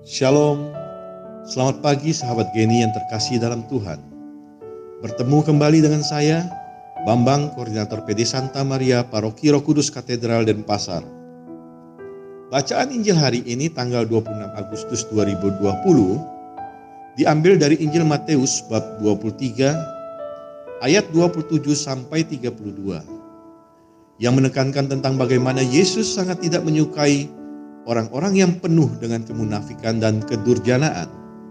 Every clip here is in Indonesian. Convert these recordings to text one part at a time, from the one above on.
Shalom, selamat pagi sahabat Geni yang terkasih dalam Tuhan. Bertemu kembali dengan saya, Bambang, Koordinator PD Santa Maria, Paroki Roh Kudus Katedral Denpasar. Bacaan Injil hari ini tanggal 26 Agustus 2020 diambil dari Injil Matius bab 23 ayat 27 sampai 32 yang menekankan tentang bagaimana Yesus sangat tidak menyukai orang-orang yang penuh dengan kemunafikan dan kedurjanaan.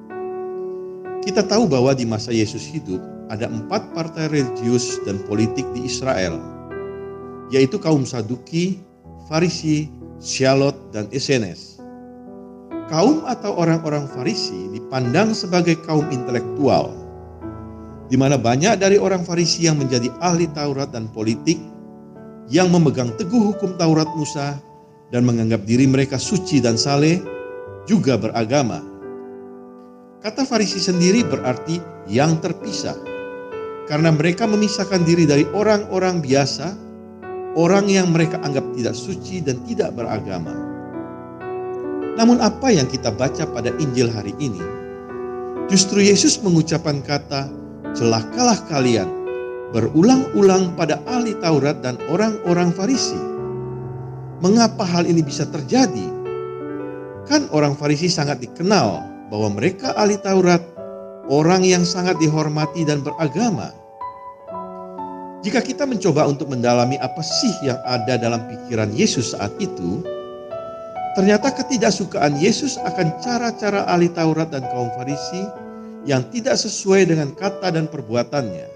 Kita tahu bahwa di masa Yesus hidup ada 4 partai religius dan politik di Israel, yaitu kaum Saduki, Farisi, Shalot, dan Esenes. Kaum atau orang-orang Farisi dipandang sebagai kaum intelektual, di mana banyak dari orang Farisi yang menjadi ahli Taurat dan politik, yang memegang teguh hukum Taurat Musa dan menganggap diri mereka suci dan saleh, juga beragama. Kata Farisi sendiri berarti yang terpisah, karena mereka memisahkan diri dari orang-orang biasa, orang yang mereka anggap tidak suci dan tidak beragama. Namun apa yang kita baca pada Injil hari ini, justru Yesus mengucapkan kata, "Celakalah kalian," berulang-ulang pada ahli Taurat dan orang-orang Farisi. Mengapa hal ini bisa terjadi? Kan orang Farisi sangat dikenal bahwa mereka ahli Taurat, orang yang sangat dihormati dan beragama. Jika kita mencoba untuk mendalami apa sih yang ada dalam pikiran Yesus saat itu, ternyata ketidaksukaan Yesus akan cara-cara ahli Taurat dan kaum Farisi yang tidak sesuai dengan kata dan perbuatannya.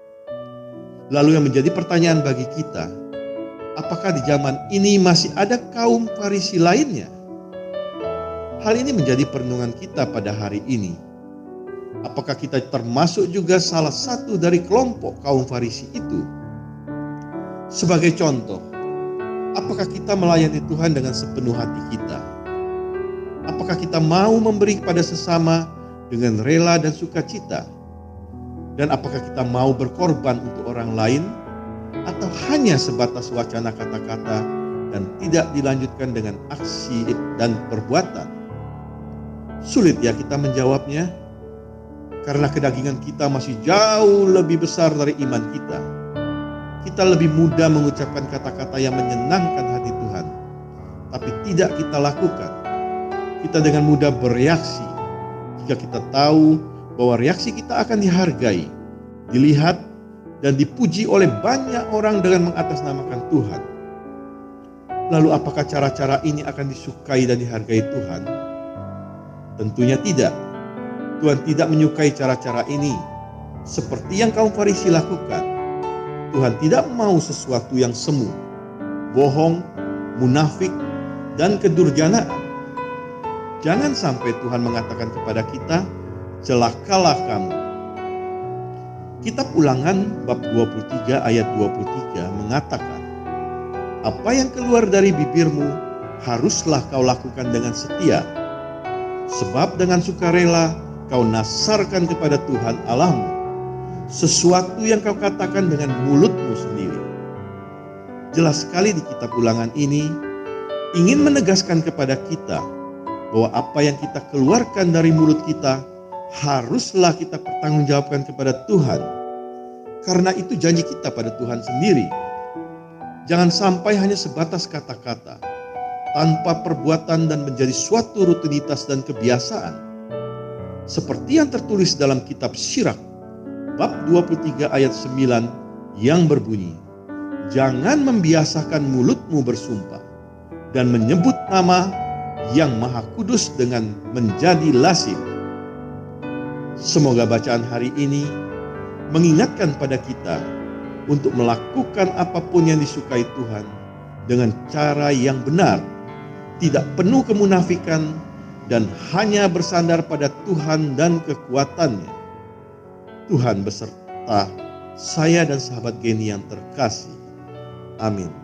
Lalu yang menjadi pertanyaan bagi kita, apakah di zaman ini masih ada kaum Farisi lainnya? Hal ini menjadi perenungan kita pada hari ini. Apakah kita termasuk juga salah satu dari kelompok kaum Farisi itu? Sebagai contoh, apakah kita melayani Tuhan dengan sepenuh hati kita? Apakah kita mau memberi kepada sesama dengan rela dan sukacita? Dan apakah kita mau berkorban untuk orang lain? Atau hanya sebatas wacana kata-kata dan tidak dilanjutkan dengan aksi dan perbuatan? Sulit ya kita menjawabnya, karena kedagingan kita masih jauh lebih besar dari iman kita. Kita lebih mudah mengucapkan kata-kata yang menyenangkan hati Tuhan, tapi tidak kita lakukan. Kita dengan mudah bereaksi jika kita tahu bahwa reaksi kita akan dihargai, dilihat, dan dipuji oleh banyak orang dengan mengatasnamakan Tuhan. Lalu apakah cara-cara ini akan disukai dan dihargai Tuhan? Tentunya tidak. Tuhan tidak menyukai cara-cara ini seperti yang kaum Farisi lakukan. Tuhan tidak mau sesuatu yang semu, bohong, munafik, dan kedurjanaan. Jangan sampai Tuhan mengatakan kepada kita, "Celakalah kamu." Kitab Ulangan bab 23 ayat 23 mengatakan, "Apa yang keluar dari bibirmu haruslah kau lakukan dengan setia, sebab dengan sukarela kau nasarkan kepada Tuhan Allahmu sesuatu yang kau katakan dengan mulutmu sendiri." Jelas sekali di kitab Ulangan ini ingin menegaskan kepada kita bahwa apa yang kita keluarkan dari mulut kita haruslah kita pertanggungjawabkan kepada Tuhan, karena itu janji kita pada Tuhan sendiri. Jangan sampai hanya sebatas kata-kata, tanpa perbuatan dan menjadi suatu rutinitas dan kebiasaan. Seperti yang tertulis dalam kitab Sirach, bab 23 ayat 9 yang berbunyi, "Jangan membiasakan mulutmu bersumpah dan menyebut nama yang Maha Kudus dengan menjadi lazim." Semoga bacaan hari ini mengingatkan pada kita untuk melakukan apapun yang disukai Tuhan dengan cara yang benar, tidak penuh kemunafikan, dan hanya bersandar pada Tuhan dan kekuatannya. Tuhan beserta saya dan sahabat Geni yang terkasih. Amin.